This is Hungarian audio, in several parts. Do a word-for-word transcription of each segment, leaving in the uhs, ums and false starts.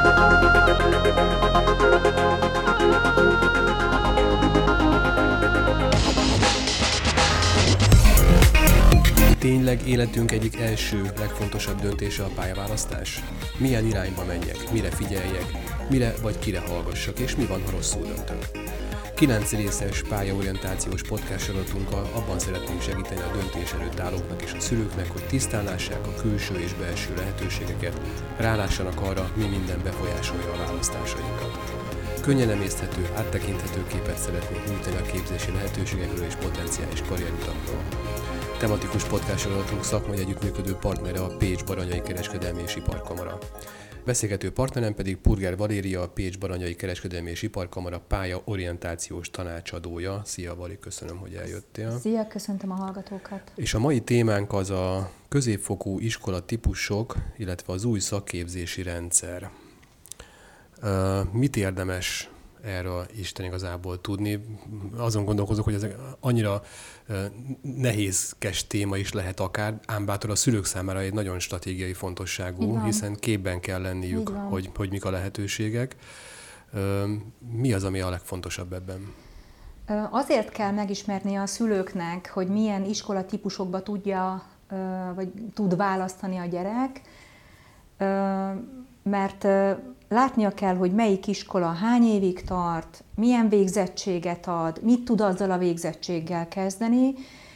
Tényleg életünk egyik első, legfontosabb döntése a pályaválasztás? Milyen irányba menjek, mire figyeljek, mire vagy kire hallgassak, és mi van, ha rosszul döntök? Kilenc részes pályaorientációs podcast sorozatunkkal abban szeretnénk segíteni a döntés előtt állóknak és a szülőknek, hogy tisztán lássák a külső és belső lehetőségeket, rálássanak arra, mi minden befolyásolja a választásainkat. Könnyen emészthető, áttekinthető képet szeretnénk nyújtani a képzési lehetőségekről és potenciális karrierutakról. Tematikus podcast sorozatunk szakmai együttműködő partnere a Pécs-Baranyai Kereskedelmi és Iparkamara. Beszélgető partnerem pedig Purger Valéria, a Pécs-Baranyai Kereskedelmi és Iparkamara pályaorientációs tanácsadója. Szia, Vali, köszönöm, hogy eljöttél. Szia, köszöntöm a hallgatókat. És a mai témánk az a középfokú iskola típusok, illetve az új szakképzési rendszer. Mit érdemes erről Isten igazából tudni? Azon gondolkozok, hogy ez annyira nehézkes téma is lehet akár, ám bátor a szülők számára egy nagyon stratégiai fontosságú, hiszen képben kell lenniük, hogy, hogy mik a lehetőségek. Mi az, ami a legfontosabb ebben? Azért kell megismerni a szülőknek, hogy milyen iskola típusokba tudja, vagy tud választani a gyerek, mert látnia kell, hogy melyik iskola hány évig tart, milyen végzettséget ad, mit tud azzal a végzettséggel kezdeni,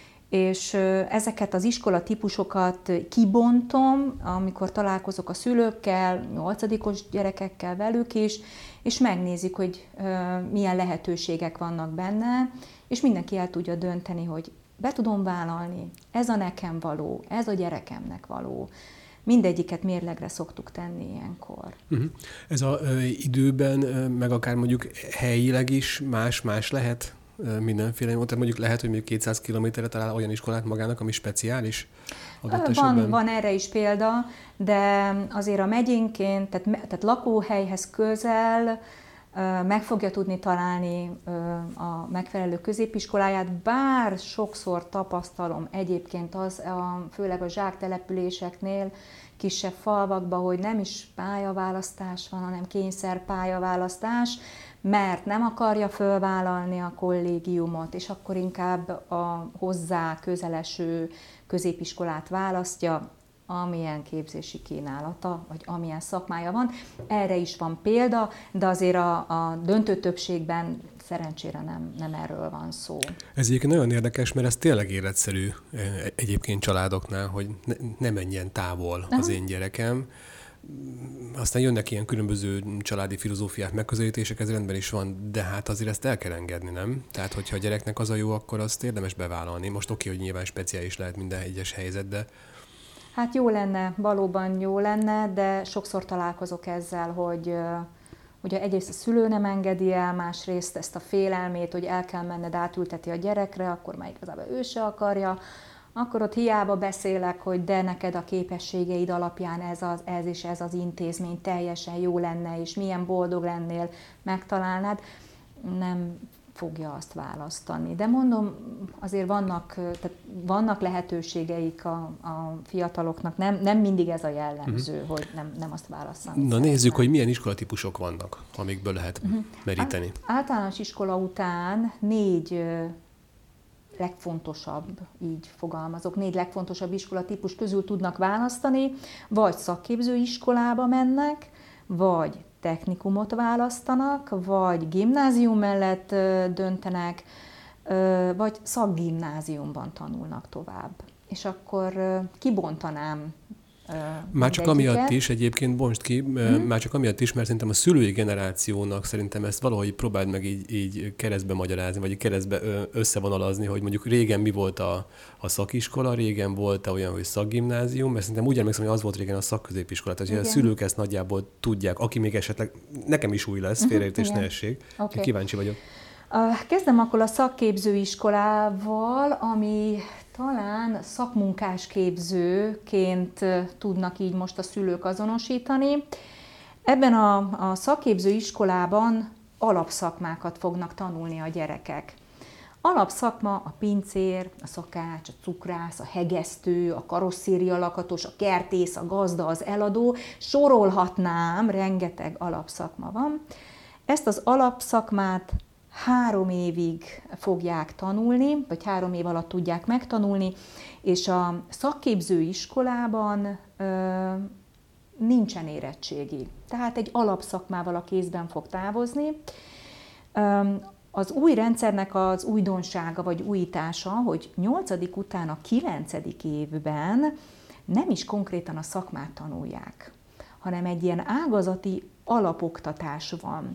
és ezeket az iskola típusokat kibontom, amikor találkozok a szülőkkel, nyolcadikos gyerekekkel velük is, és megnézik, hogy milyen lehetőségek vannak benne, és mindenki el tudja dönteni, hogy be tudom vállalni, ez a nekem való, ez a gyerekemnek való. Mindegyiket mérlegre szoktuk tenni ilyenkor. Uh-huh. Ez az időben, meg akár mondjuk helyileg is más-más lehet mindenféle. Tehát mondjuk lehet, hogy mondjuk kétszáz kilométerre talál olyan iskolát magának, ami speciális adott esetben? Van, van erre is példa, de azért a megyénként, tehát, tehát lakóhelyhez közel meg fogja tudni találni a megfelelő középiskoláját, bár sokszor tapasztalom egyébként az, a, főleg a zsáktelepüléseknél, kisebb falvakban, hogy nem is pályaválasztás van, hanem kényszer pályaválasztás, mert nem akarja fölvállalni a kollégiumot, és akkor inkább a hozzá közeleső középiskolát választja, amilyen képzési kínálata, vagy amilyen szakmája van. Erre is van példa, de azért a, a döntő többségben szerencsére nem, nem erről van szó. Ez egyébként nagyon érdekes, mert ez tényleg életszerű egyébként családoknál, hogy ne, ne menjen távol az én gyerekem. Aztán jönnek ilyen különböző családi filozófiák, megközelítések, ez rendben is van, de hát azért ezt el kell engedni, nem? Tehát, hogyha a gyereknek az a jó, akkor azt érdemes bevállalni. Most oké, hogy nyilván speciális lehet minden egyes helyzet, de hát jó lenne, valóban jó lenne, de sokszor találkozok ezzel, hogy ugye egyrészt a szülő nem engedi el, másrészt ezt a félelmét, hogy el kell menned, átülteti a gyerekre, akkor már igazából ő se akarja, akkor ott hiába beszélek, hogy de neked a képességeid alapján ez, az, ez és ez az intézmény teljesen jó lenne, és milyen boldog lennél, megtalálnád, nem fogja azt választani. De mondom, azért vannak, tehát vannak lehetőségeik a, a fiataloknak, nem, nem mindig ez a jellemző, uh-huh. hogy nem, nem azt válasszani. Na szeretném. Nézzük, hogy milyen iskolatípusok vannak, amikből lehet uh-huh. meríteni. Általános iskola után négy legfontosabb, így fogalmazok, négy legfontosabb iskolatípus közül tudnak választani, vagy szakképző iskolába mennek, vagy technikumot választanak, vagy gimnázium mellett döntenek, vagy szakgimnáziumban tanulnak tovább. És akkor kibontanám Már csak amiatt is, egyébként bontsd ki, hmm. már csak amiatt is, mert szerintem a szülői generációnak szerintem ezt valahogy próbáld meg így, így keresztbe magyarázni, vagy keresztbe összevonalazni, hogy mondjuk régen mi volt a, a szakiskola, régen volt olyan, hogy szakgimnázium, mert szerintem úgy emlékszem, hogy az volt régen a szakközépiskola. Tehát igen. A szülők ezt nagyjából tudják, aki még esetleg, nekem is új lesz, félreértés ne essék. Okay. Kíváncsi vagyok. Kezdem akkor a szakképzőiskolával, ami talán szakmunkásképzőként tudnak így most a szülők azonosítani. Ebben a, a szakképzőiskolában alapszakmákat fognak tanulni a gyerekek. Alapszakma a pincér, a szakács, a cukrász, a hegesztő, a karosszéria lakatos, a kertész, a gazda, az eladó, sorolhatnám, rengeteg alapszakma van. Ezt az alapszakmát három évig fogják tanulni, vagy három év alatt tudják megtanulni, és a szakképző iskolában ö, nincsen érettségi. Tehát egy alapszakmával a kézben fog távozni. Ö, az új rendszernek az újdonsága vagy újítása, hogy nyolcadik után a kilencedik évben nem is konkrétan a szakmát tanulják, hanem egy ilyen ágazati alapoktatás van.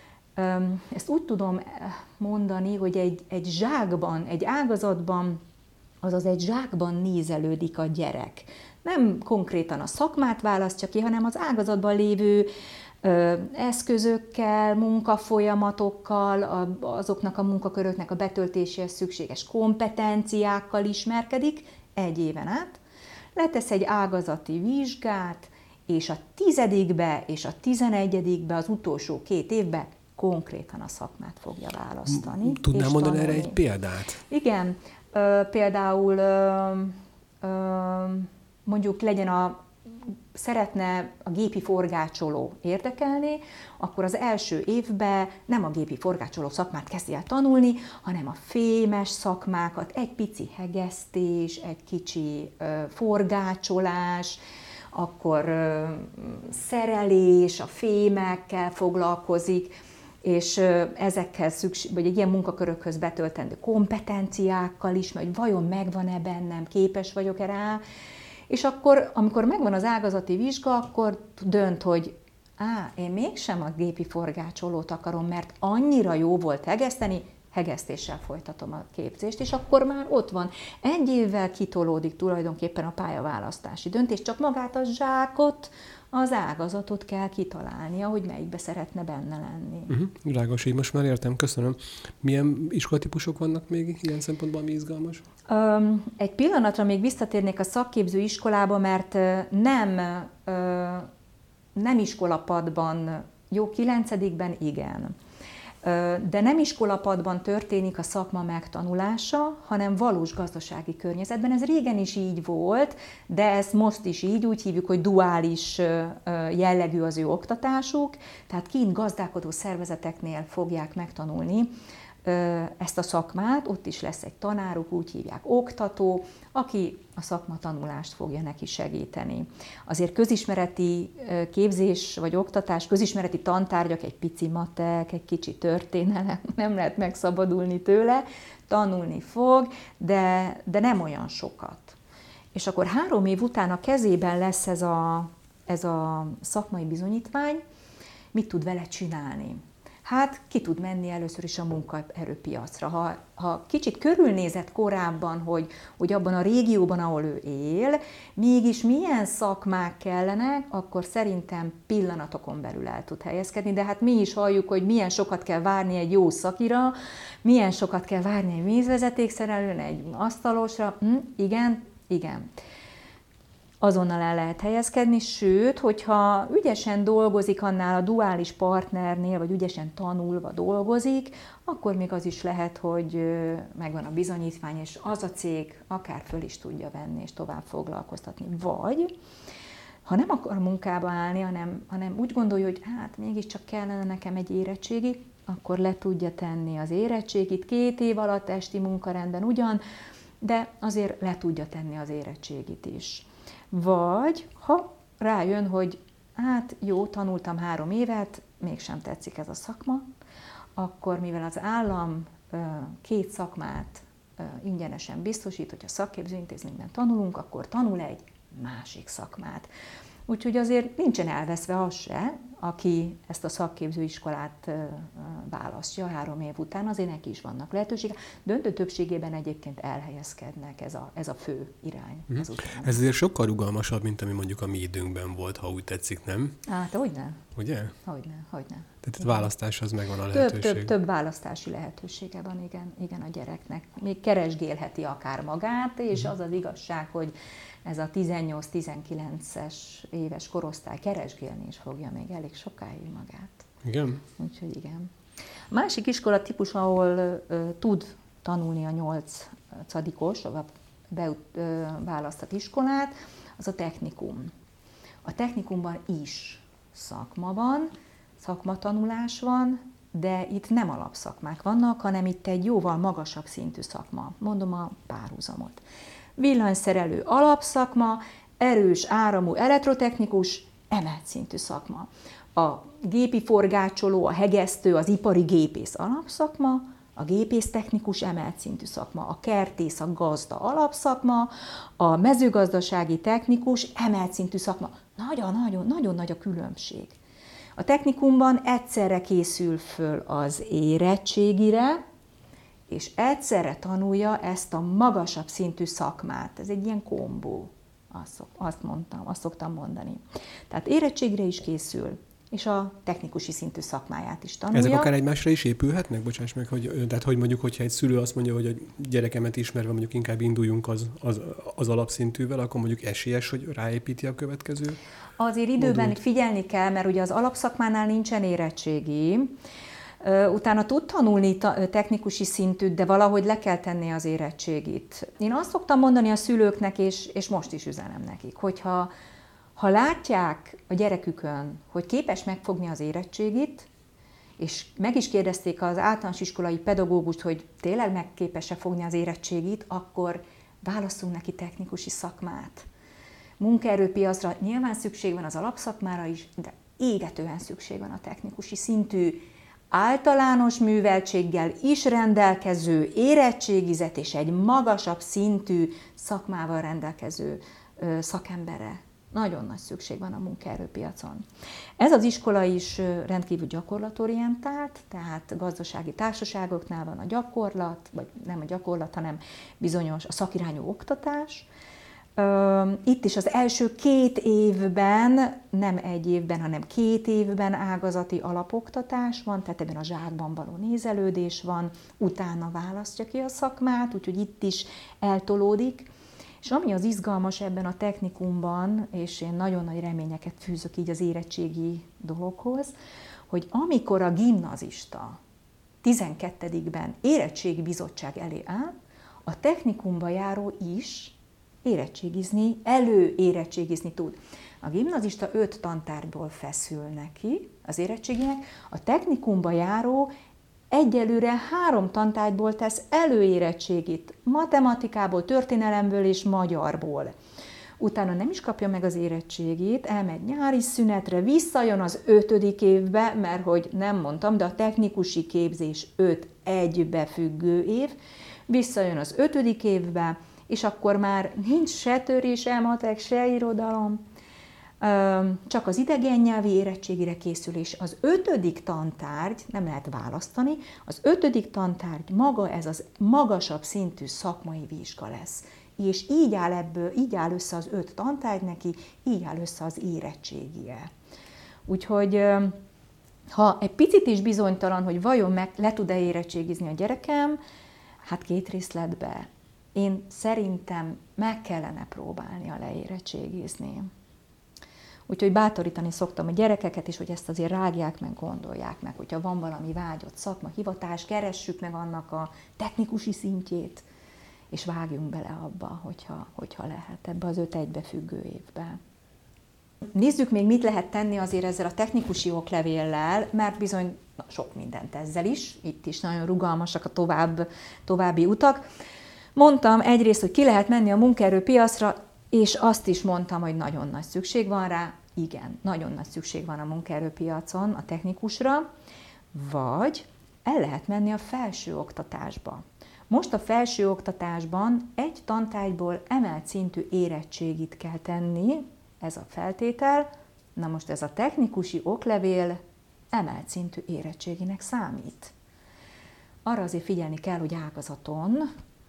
Ezt úgy tudom mondani, hogy egy, egy zsákban, egy ágazatban, azaz egy zsákban nézelődik a gyerek. Nem konkrétan a szakmát választja ki, hanem az ágazatban lévő ö, eszközökkel, munkafolyamatokkal, a, azoknak a munkaköröknek a betöltéséhez szükséges kompetenciákkal ismerkedik egy éven át. Letesz egy ágazati vizsgát, és a tizedikbe és a tizenegyedikbe, az utolsó két évbe konkrétan a szakmát fogja választani. Tudnál mondani erre egy példát? Igen, ö, például ö, ö, mondjuk legyen a, szeretne a gépi forgácsoló érdekelni, akkor az első évben nem a gépi forgácsoló szakmát kezdi el tanulni, hanem a fémes szakmákat, egy pici hegesztés, egy kicsi ö, forgácsolás, akkor ö, szerelés, a fémekkel foglalkozik, és ezekkel szükség, vagy egy ilyen munkakörökhöz betöltendő kompetenciákkal is, hogy vajon megvan-e bennem, képes vagyok-e rá, és akkor, amikor megvan az ágazati vizsga, akkor dönt, hogy á, én mégsem a gépi forgácsolót akarom, mert annyira jó volt hegeszteni, hegesztéssel folytatom a képzést, és akkor már ott van. Egy évvel kitolódik tulajdonképpen a pályaválasztási döntés, csak magát a zsákot, az ágazatot kell kitalálnia, hogy melyikbe szeretne benne lenni. Uh-huh. Világos, így most már értem, köszönöm. Milyen iskolatípusok vannak még ilyen szempontból, ami izgalmas? Um, egy pillanatra még visszatérnék a szakképző iskolába, mert nem, uh, nem iskolapadban, jó, kilencedikben igen, de nem iskolapadban történik a szakma megtanulása, hanem valós gazdasági környezetben. Ez régen is így volt, de ez most is így, úgy hívjuk, hogy duális jellegű az ő oktatásuk, tehát kint gazdálkodó szervezeteknél fogják megtanulni ezt a szakmát, ott is lesz egy tanáruk, úgy hívják oktató, aki a szakmatanulást fogja neki segíteni. Azért közismereti képzés vagy oktatás, közismereti tantárgyak, egy pici matek, egy kicsi történelem, nem lehet megszabadulni tőle, tanulni fog, de, de nem olyan sokat. És akkor három év után a kezében lesz ez a, ez a szakmai bizonyítvány, mit tud vele csinálni? Hát ki tud menni először is a munkaerőpiacra. Ha, ha kicsit körülnézett korábban, hogy, hogy abban a régióban, ahol ő él, mégis milyen szakmák kellenek, akkor szerintem pillanatokon belül el tud helyezkedni, de hát mi is halljuk, hogy milyen sokat kell várni egy jó szakira, milyen sokat kell várni egy vízvezetékszerelőn, egy asztalosra. Hm, igen, igen. Azonnal el lehet helyezkedni, sőt, hogyha ügyesen dolgozik annál a duális partnernél, vagy ügyesen tanulva dolgozik, akkor még az is lehet, hogy megvan a bizonyítvány, és az a cég akár föl is tudja venni, és tovább foglalkoztatni. Vagy, ha nem akar munkába állni, hanem, hanem úgy gondolja, hogy hát mégiscsak kellene nekem egy érettségi, akkor le tudja tenni az érettségit két év alatt esti munkarendben ugyan, de azért le tudja tenni az érettségit is. Vagy ha rájön, hogy hát jó, tanultam három évet, mégsem tetszik ez a szakma, akkor mivel az állam két szakmát ingyenesen biztosít, hogyha szakképzőintézményben tanulunk, akkor tanul egy másik szakmát. Úgyhogy azért nincsen elveszve az se, aki ezt a szakképzőiskolát választja három év után, azért neki is vannak lehetőségek. Döntő többségében egyébként elhelyezkednek, ez a, ez a fő irány. Mm. Ez azért sokkal rugalmasabb, mint ami mondjuk a mi időnkben volt, ha úgy tetszik, nem? Hát, hogyne. Ugye? Hogyne, hogyne. Tehát a választáshoz megvan a lehetőség. Több, több, több választási lehetősége van, igen, igen, a gyereknek. Még keresgélheti akár magát, és mm. az az igazság, hogy ez a tizennyolc-tizenkilences éves korosztály keresgélni is fogja még elég sokáig magát. Igen? Úgyhogy igen. A másik iskola típus, ahol ö, tud tanulni a nyolcadikos, a beválasztott iskolát, az a technikum. A technikumban is szakma van, szakmatanulás van, de itt nem alapszakmák vannak, hanem itt egy jóval magasabb szintű szakma. Mondom a párhuzamot. Villanyszerelő alapszakma, erős áramú elektrotechnikus, emelt szintű szakma. A gépi forgácsoló, a hegesztő, az ipari gépész alapszakma, a gépésztechnikus emelt szintű szakma, a kertész, a gazda alapszakma, a mezőgazdasági technikus emelt szintű szakma. Nagyon-nagyon nagy a különbség. A technikumban egyszerre készül föl az érettségire, és egyszerre tanulja ezt a magasabb szintű szakmát. Ez egy ilyen kombó, azt, azt mondtam, azt szoktam mondani. Tehát érettségre is készül, és a technikusi szintű szakmáját is tanulja. Ezek akár egymásra is épülhetnek? Bocsáss meg, hogy, tehát hogy mondjuk, hogyha egy szülő azt mondja, hogy a gyerekemet ismerve mondjuk inkább induljunk az, az, az alapszintűvel, akkor mondjuk esélyes, hogy ráépíti a következő? Azért időben modult. Figyelni kell, mert ugye az alapszakmánál nincsen érettségi, utána tud tanulni technikusi szintűt, de valahogy le kell tenni az érettségit. Én azt szoktam mondani a szülőknek, és, és most is üzenem nekik, hogyha ha látják a gyerekükön, hogy képes megfogni az érettségit, és meg is kérdezték az általános iskolai pedagógust, hogy tényleg megképes-e fogni az érettségit, akkor válasszunk neki technikusi szakmát. Munkaerőpiacra nyilván szükség van az alapszakmára is, de égetően szükség van a technikusi szintű, általános műveltséggel is rendelkező, érettségizett és egy magasabb szintű szakmával rendelkező szakemberre. Nagyon nagy szükség van a munkaerőpiacon. Ez az iskola is rendkívül gyakorlatorientált, tehát gazdasági társaságoknál van a gyakorlat, vagy nem a gyakorlat, hanem bizonyos a szakirányú oktatás. Itt is az első két évben, nem egy évben, hanem két évben ágazati alapoktatás van, tehát ebben a zsákban való nézelődés van, utána választja ki a szakmát, úgyhogy itt is eltolódik. És ami az izgalmas ebben a technikumban, és én nagyon nagy reményeket fűzök így az érettségi dologhoz, hogy amikor a gimnazista tizenkettedikben érettségi bizottság elé áll, a technikumba járó is érettségizni, előérettségizni tud. A gimnazista öt tantárgyból feszül neki az érettséginek, a technikumba járó egyelőre három tantárgyból tesz előérettségit, matematikából, történelemből és magyarból. Utána nem is kapja meg az érettségit, elmegy nyári szünetre, visszajön az ötödik évbe, mert hogy nem mondtam, de a technikusi képzés öt egybefüggő év, visszajön az ötödik évbe, és akkor már nincs se törés, se matek, se irodalom, csak az idegen nyelvi érettségire készülés. Az ötödik tantárgy, nem lehet választani, az ötödik tantárgy maga ez az magasabb szintű szakmai vizsga lesz. És így áll ebből, így áll össze az öt tantárgy neki, így áll össze az érettségie. Úgyhogy ha egy picit is bizonytalan, hogy vajon meg le tud-e érettségizni a gyerekem, hát két részletbe. Én szerintem meg kellene próbálnia leérettségizni. Úgyhogy bátorítani szoktam a gyerekeket is, hogy ezt azért rágják meg, gondolják meg, hogyha van valami vágyott szakma, hivatás, keressük meg annak a technikusi szintjét, és vágjunk bele abba, hogyha, hogyha lehet, ebbe az öt egybefüggő évbe. Nézzük még, mit lehet tenni azért ezzel a technikusi oklevéllel, mert bizony na, sok mindent ezzel is, itt is nagyon rugalmasak a tovább, további utak. Mondtam egyrészt, hogy ki lehet menni a munkaerőpiacra, és azt is mondtam, hogy nagyon nagy szükség van rá. Igen, nagyon nagy szükség van a munkaerőpiacon a technikusra, vagy el lehet menni a felsőoktatásba. Most a felsőoktatásban egy tantárgyból emelt szintű érettségit kell tenni, ez a feltétel. Na most ez a technikusi oklevél emelt szintű érettséginek számít. Arra azért figyelni kell, hogy ágazaton,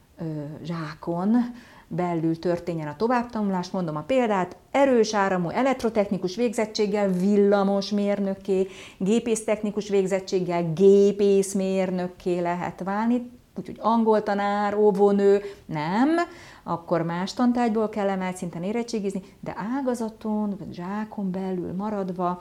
zsákon belül történjen a továbbtanulás. Mondom a példát, erős áramú elektrotechnikus végzettséggel villamosmérnökké, gépésztechnikus végzettséggel gépészmérnökké lehet válni, úgyhogy angol tanár, óvónő, nem, akkor más tantárgyból kell emelt szinten érettségizni, de ágazaton vagy zsákon belül maradva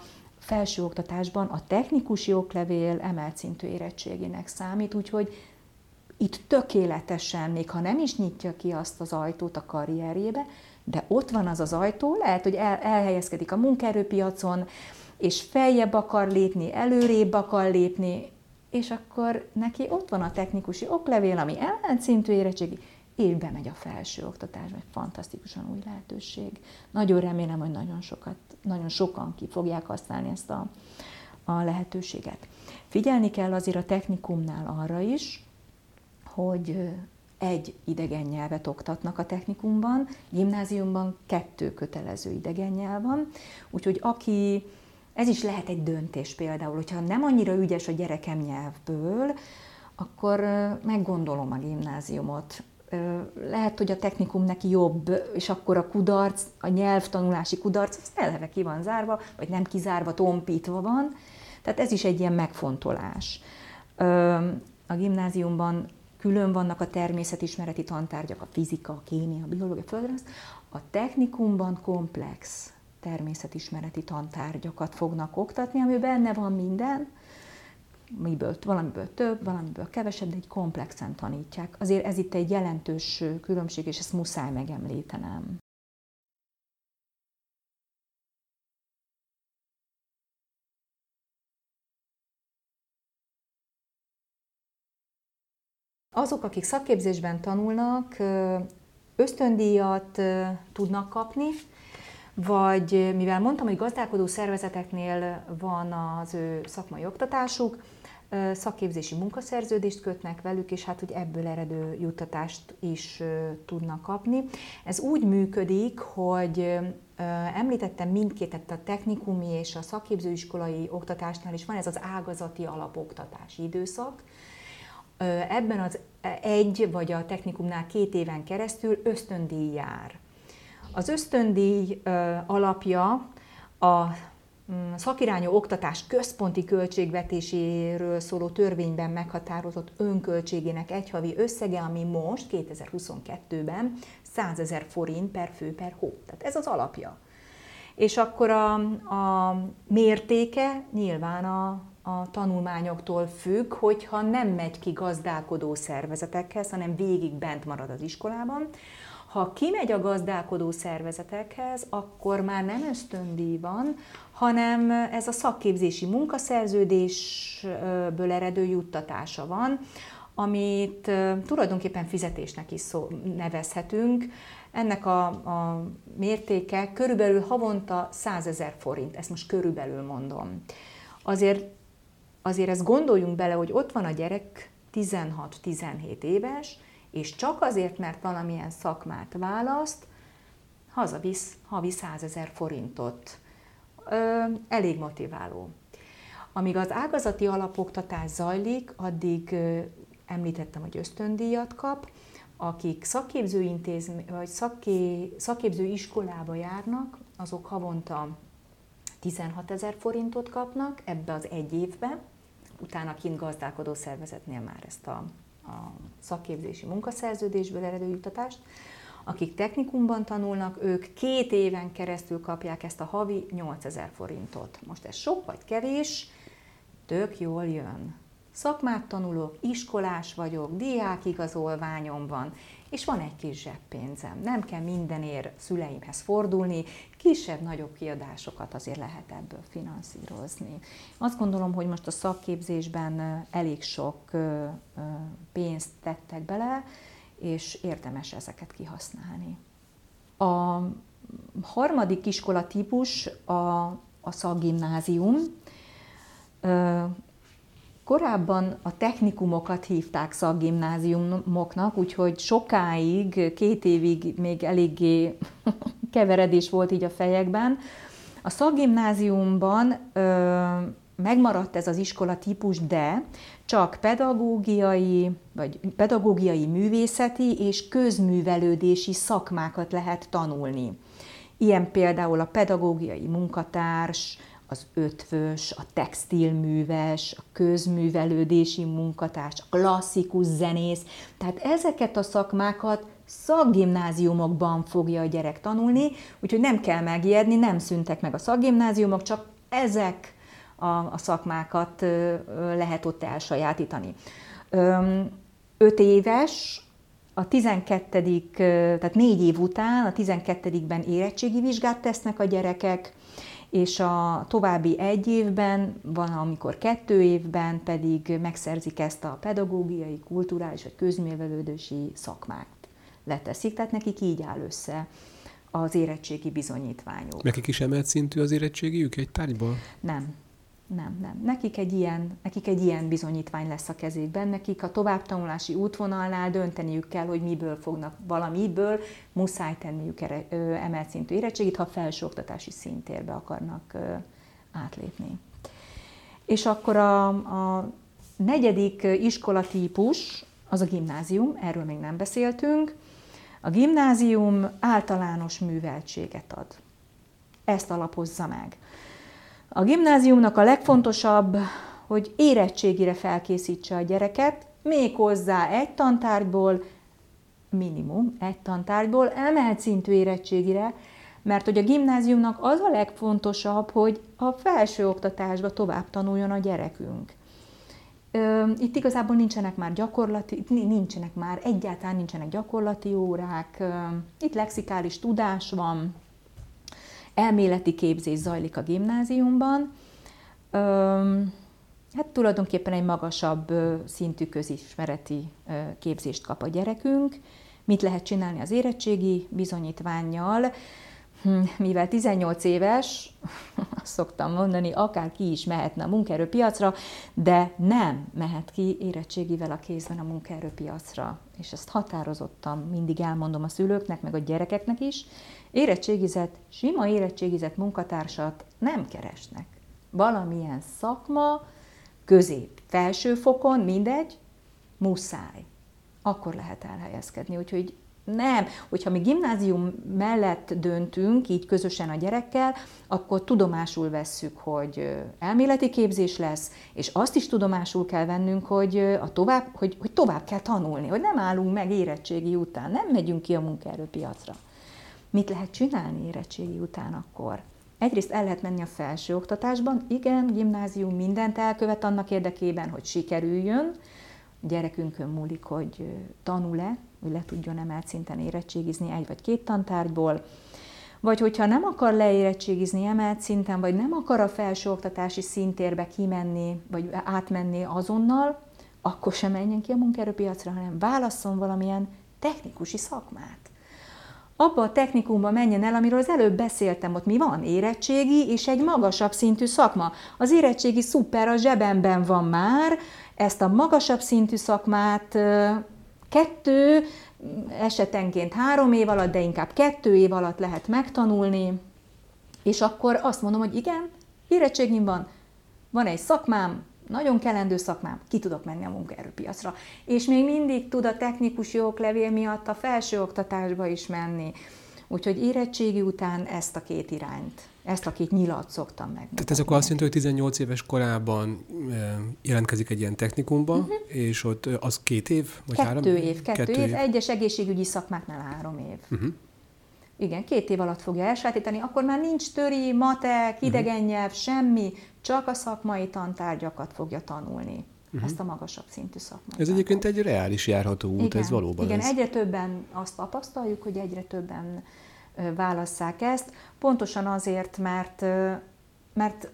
felsőoktatásban a technikusi oklevél emelt szintű érettségének számít, úgyhogy itt tökéletesen, még ha nem is nyitja ki azt az ajtót a karrierjébe, de ott van az az ajtó, lehet, hogy el, elhelyezkedik a munkaerőpiacon, és feljebb akar lépni, előrébb akar lépni, és akkor neki ott van a technikusi oklevél, ami ellenszintű érettségi, és bemegy a felső oktatásba, egy fantasztikusan új lehetőség. Nagyon remélem, hogy nagyon, sokat, nagyon sokan ki fogják használni ezt a, a lehetőséget. Figyelni kell azért a technikumnál arra is, hogy egy idegen nyelvet oktatnak a technikumban, gimnáziumban kettő kötelező idegen nyelv van, úgyhogy aki, ez is lehet egy döntés például, hogyha nem annyira ügyes a gyerekem nyelvből, akkor meggondolom a gimnáziumot. Lehet, hogy a technikum neki jobb, és akkor a kudarc, a nyelvtanulási kudarc, az eleve ki van zárva, vagy nem kizárva, tompítva van. Tehát ez is egy ilyen megfontolás. A gimnáziumban külön vannak a természetismereti tantárgyak, a fizika, a kémia, a biológia, a földrajz. A technikumban komplex természetismereti tantárgyakat fognak oktatni, amiben benne van minden, Miből, valamiből több, valamiből kevesebb, de egy komplexen tanítják. Azért ez itt egy jelentős különbség, és ezt muszáj megemlítenem. Azok, akik szakképzésben tanulnak, ösztöndíjat tudnak kapni, vagy mivel mondtam, hogy gazdálkodó szervezeteknél van az ő szakmai oktatásuk, szakképzési munkaszerződést kötnek velük, és hát, hogy ebből eredő juttatást is tudnak kapni. Ez úgy működik, hogy említettem mindkétet, a technikumi és a szakképzőiskolai oktatásnál is van ez az ágazati alapoktatási időszak. Ebben az egy vagy a technikumnál két éven keresztül ösztöndíj jár. Az ösztöndíj alapja a szakirányú oktatás központi költségvetéséről szóló törvényben meghatározott önköltségének egyhavi összege, ami most kétezer-huszonkettőben százezer forint per fő per hó. Tehát ez az alapja. És akkor a, a mértéke nyilván a, a tanulmányoktól függ, hogyha nem megy ki gazdálkodó szervezetekhez, hanem végig bent marad az iskolában. Ha kimegy a gazdálkodó szervezetekhez, akkor már nem ösztöndíj van, hanem ez a szakképzési munkaszerződésből eredő juttatása van, amit tulajdonképpen fizetésnek is szó, nevezhetünk. Ennek a, a mértéke körülbelül havonta százezer forint, ezt most körülbelül mondom. Azért, azért ezt gondoljunk bele, hogy ott van a gyerek tizenhat-tizenhét éves, és csak azért, mert valamilyen szakmát választ, hazavisz havi százezer forintot. Ö, elég motiváló. Amíg az ágazati alapoktatás zajlik, addig ö, említettem, hogy ösztöndíjat kap, akik szakképzőintézmény, vagy szakké, szakképzőiskolába járnak, azok havonta tizenhatezer forintot kapnak ebbe az egy évbe, utána kint gazdálkodó szervezetnél már ezt a a szakképzési munkaszerződésből eredő juttatást. Akik technikumban tanulnak, ők két éven keresztül kapják ezt a havi nyolcezer forintot. Most ez sok vagy kevés, tök jól jön. Szakmát tanulok, iskolás vagyok, diákigazolványom van, és van egy kis zseppénzem. Nem kell mindenért szüleimhez fordulni, kisebb-nagyobb kiadásokat azért lehet ebből finanszírozni. Azt gondolom, hogy most a szakképzésben elég sok pénzt tettek bele, és érdemes ezeket kihasználni. A harmadik iskola típus a, a szakgimnázium. Korábban a technikumokat hívták szakgimnáziumoknak, úgyhogy sokáig, két évig még eléggé keveredés volt így a fejekben. A szakgimnáziumban ö, megmaradt ez az iskola típus, de csak pedagógiai, vagy pedagógiai művészeti és közművelődési szakmákat lehet tanulni. Ilyen például a pedagógiai munkatárs, az ötvös, a textilműves, a közművelődési munkatárs, a klasszikus zenész. Tehát ezeket a szakmákat szakgimnáziumokban fogja a gyerek tanulni, úgyhogy nem kell megijedni, nem szűntek meg a szakgimnáziumok, csak ezek a, a szakmákat lehet ott elsajátítani. öt éves, a tizenkettedik tehát négy év után, a tizenkettedikben érettségi vizsgát tesznek a gyerekek, és a további egy évben, van amikor kettő évben pedig megszerzik ezt a pedagógiai, kulturális vagy közművelődési szakmát leteszik, tehát nekik így áll össze az érettségi bizonyítványuk. Nekik is emelt szintű az érettségiük egy tárgyból? Nem. Nem, nem. Nekik egy, ilyen, nekik egy ilyen bizonyítvány lesz a kezékben, nekik a továbbtanulási útvonalnál dönteniük kell, hogy miből fognak valamiből, muszáj tenniük emelt szintű érettségit, ha felsőoktatási szintérbe akarnak ö, átlépni. És akkor a, a negyedik iskolatípus, az a gimnázium, erről még nem beszéltünk. A gimnázium általános műveltséget ad. Ezt alapozza meg. A gimnáziumnak a legfontosabb, hogy érettségire felkészítse a gyereket, méghozzá egy tantárgyból, minimum egy tantárgyból emelt szintű érettségire, mert hogy a gimnáziumnak az a legfontosabb, hogy a felsőoktatásba tovább tanuljon a gyerekünk. Itt igazából nincsenek már gyakorlati, nincsenek már, egyáltalán nincsenek gyakorlati órák, itt lexikális tudás van, elméleti képzés zajlik a gimnáziumban. Hát tulajdonképpen egy magasabb szintű közismereti képzést kap a gyerekünk. Mit lehet csinálni az érettségi bizonyítvánnyal? Mivel tizennyolc éves, azt szoktam mondani, akár ki is mehetne a munkaerőpiacra, de nem mehet ki érettségivel a kézben a munkaerőpiacra. És ezt határozottan mindig elmondom a szülőknek, meg a gyerekeknek is. Érettségizett, sima érettségizett munkatársat nem keresnek. Valamilyen szakma, közép, felső fokon, mindegy, muszáj. Akkor lehet elhelyezkedni. Úgyhogy nem, hogyha mi gimnázium mellett döntünk, így közösen a gyerekkel, akkor tudomásul vesszük, hogy elméleti képzés lesz, és azt is tudomásul kell vennünk, hogy, a tovább, hogy, hogy tovább kell tanulni, hogy nem állunk meg érettségi után, nem megyünk ki a munkaerőpiacra. Mit lehet csinálni érettségi után akkor? Egyrészt el lehet menni a felsőoktatásban, igen, gimnázium mindent elkövet annak érdekében, hogy sikerüljön, a gyerekünkön múlik, hogy tanul-e, hogy le tudjon emelt szinten érettségizni egy vagy két tantárgyból, vagy hogyha nem akar leérettségizni emelt szinten, vagy nem akar a felsőoktatási szintérbe kimenni, vagy átmenni azonnal, akkor sem menjen ki a munkaerőpiacra, hanem válasszon valamilyen technikusi szakmát. Abba a technikumba menjen el, amiről az előbb beszéltem, ott mi van? Érettségi és egy magasabb szintű szakma. Az érettségi szuper a zsebemben van már, ezt a magasabb szintű szakmát kettő, esetenként három év alatt, de inkább kettő év alatt lehet megtanulni, és akkor azt mondom, hogy igen, érettségim van, van egy szakmám, nagyon kelendő szakmám, ki tudok menni a munkaerőpiacra. És még mindig tud a technikus joglevél miatt a felsőoktatásba is menni. Úgyhogy érettségi után ezt a két irányt, ezt a két nyilat szoktam megmutatni. Tehát ez akkor azt jelenti, hogy tizennyolc éves korában jelentkezik egy ilyen technikumba, uh-huh. és ott az két év? Vagy kettő három? év, kettő, kettő év. év. Egyes egészségügyi szakmáknál három év. Uh-huh. Igen, két év alatt fogja elsajátítani, akkor már nincs töri, matek, idegen nyelv, semmi, csak a szakmai tantárgyakat fogja tanulni. Uh-huh. Ezt a magasabb szintű szakmát. Ez egyébként egy reális járható út, igen, ez valóban. Igen, ez. egyre többen azt tapasztaljuk, hogy egyre többen válasszák ezt, pontosan azért, mert, mert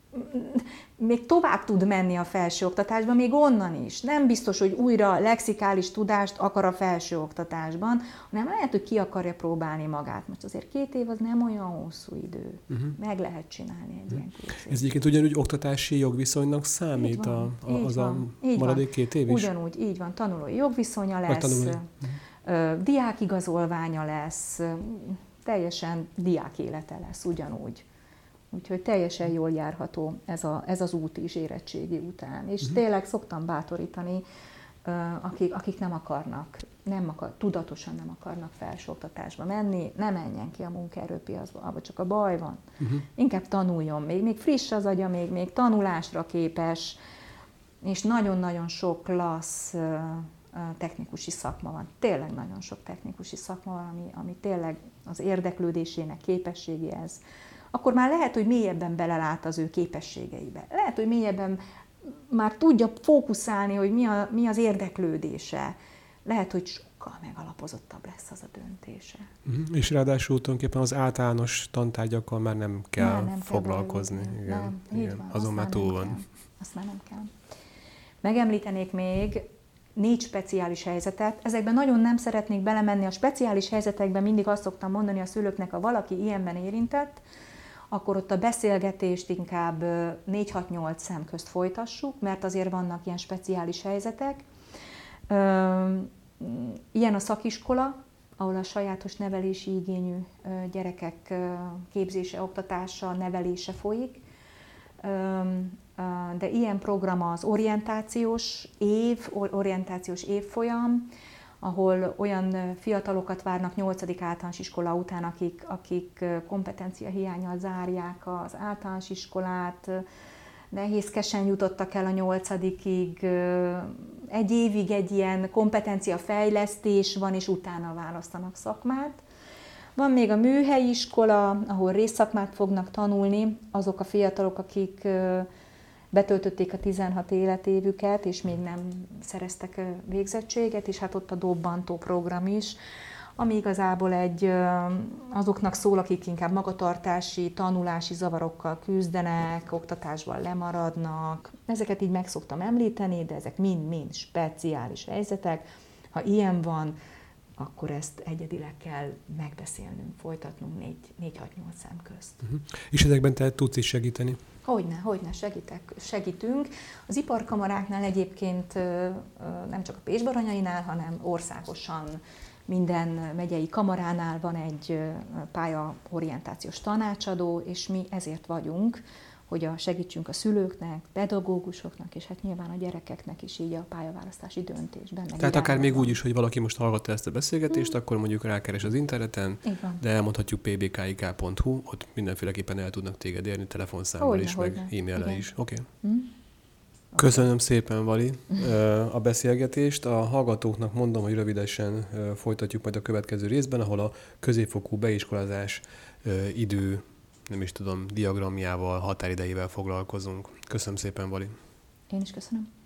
még tovább tud menni a felsőoktatásban, még onnan is. Nem biztos, hogy újra lexikális tudást akar a felsőoktatásban, hanem lehet, hogy ki akarja próbálni magát. Most azért két év az nem olyan hosszú idő. Uh-huh. Meg lehet csinálni egy uh-huh. ilyen képzést. Ez egyébként ugyanúgy oktatási jogviszonynak számít a, a, az van, a maradék van. Két év is? Ugyanúgy, így van. Tanulói jogviszonya lesz, tanulói. Uh-huh. diákigazolványa lesz, teljesen diák élete lesz ugyanúgy. Úgyhogy teljesen jól járható ez, a, ez az út is érettségi után. És uh-huh. tényleg szoktam bátorítani, akik, akik nem akarnak, nem akar, tudatosan nem akarnak felsőoktatásba menni, ne menjen ki a munkaerőpiacba, abban csak a baj van. Uh-huh. Inkább tanuljon, még, még friss az agya, még, még tanulásra képes, és nagyon-nagyon sok klassz technikusi szakma van. Tényleg nagyon sok technikusi szakma van, ami, ami tényleg az érdeklődésének képességéhez. Akkor már lehet, hogy mélyebben belelát az ő képességeibe. Lehet, hogy mélyebben már tudja fókuszálni, hogy mi, a, mi az érdeklődése, lehet, hogy sokkal megalapozottabb lesz az a döntése. Uh-huh. És ráadásul tulajdonképpen az általános tantárgyakkal már nem kell már nem foglalkozni. Kell igen, nem, igen. Van, azon már túl van. Kell. Azt már nem kell. Megemlítenék még négy speciális helyzetet. Ezekben nagyon nem szeretnék belemenni. A speciális helyzetekben mindig azt szoktam mondani a szülőknek, ha valaki ilyenben érintett, akkor ott a beszélgetést inkább négy hat nyolc szem közt folytassuk, mert azért vannak ilyen speciális helyzetek. Ilyen a szakiskola, ahol a sajátos nevelési igényű gyerekek képzése, oktatása, nevelése folyik. De ilyen program az orientációs év, orientációs évfolyam, ahol olyan fiatalokat várnak nyolcadik általános iskola után, akik, akik kompetencia hiánnyal zárják az általános iskolát, nehézkesen jutottak el a nyolcadikig, egy évig egy ilyen kompetenciafejlesztés van, és utána választanak szakmát. Van még a műhelyi iskola, ahol részszakmát fognak tanulni azok a fiatalok, akik betöltötték a tizenhat életévüket, és még nem szereztek végzettséget, és hát ott a dobbantó program is, ami igazából egy, azoknak szól, akik inkább magatartási, tanulási zavarokkal küzdenek, oktatásban lemaradnak. Ezeket így meg szoktam említeni, de ezek mind-mind speciális helyzetek. Ha ilyen van, akkor ezt egyedileg kell megbeszélnünk, folytatnunk négy hat nyolc szem közt. Uh-huh. És ezekben te tudsz is segíteni? Hogyne, hogyne, segítek, segítünk. Az iparkamaráknál egyébként nem csak a Pécsbaranyainál, hanem országosan minden megyei kamaránál van egy pályaorientációs tanácsadó, és mi ezért vagyunk, hogy a segítsünk a szülőknek, pedagógusoknak, és hát nyilván a gyerekeknek is így a pályaválasztási döntésben. Tehát akár még úgy is, hogy valaki most hallgatta ezt a beszélgetést, mm. akkor mondjuk rákeres az interneten, de elmondhatjuk p b k i k pont h u, ott mindenféleképpen el tudnak téged érni telefonszámmal hogyne, is, hogyne. meg e-maillel is. Oké. Okay. Mm. Köszönöm szépen, Vali, a beszélgetést. A hallgatóknak mondom, hogy rövidesen folytatjuk majd a következő részben, ahol a középfokú beiskolázás idő, nem is tudom, diagramjával, határidejével foglalkozunk. Köszönöm szépen, Vali. Én is köszönöm.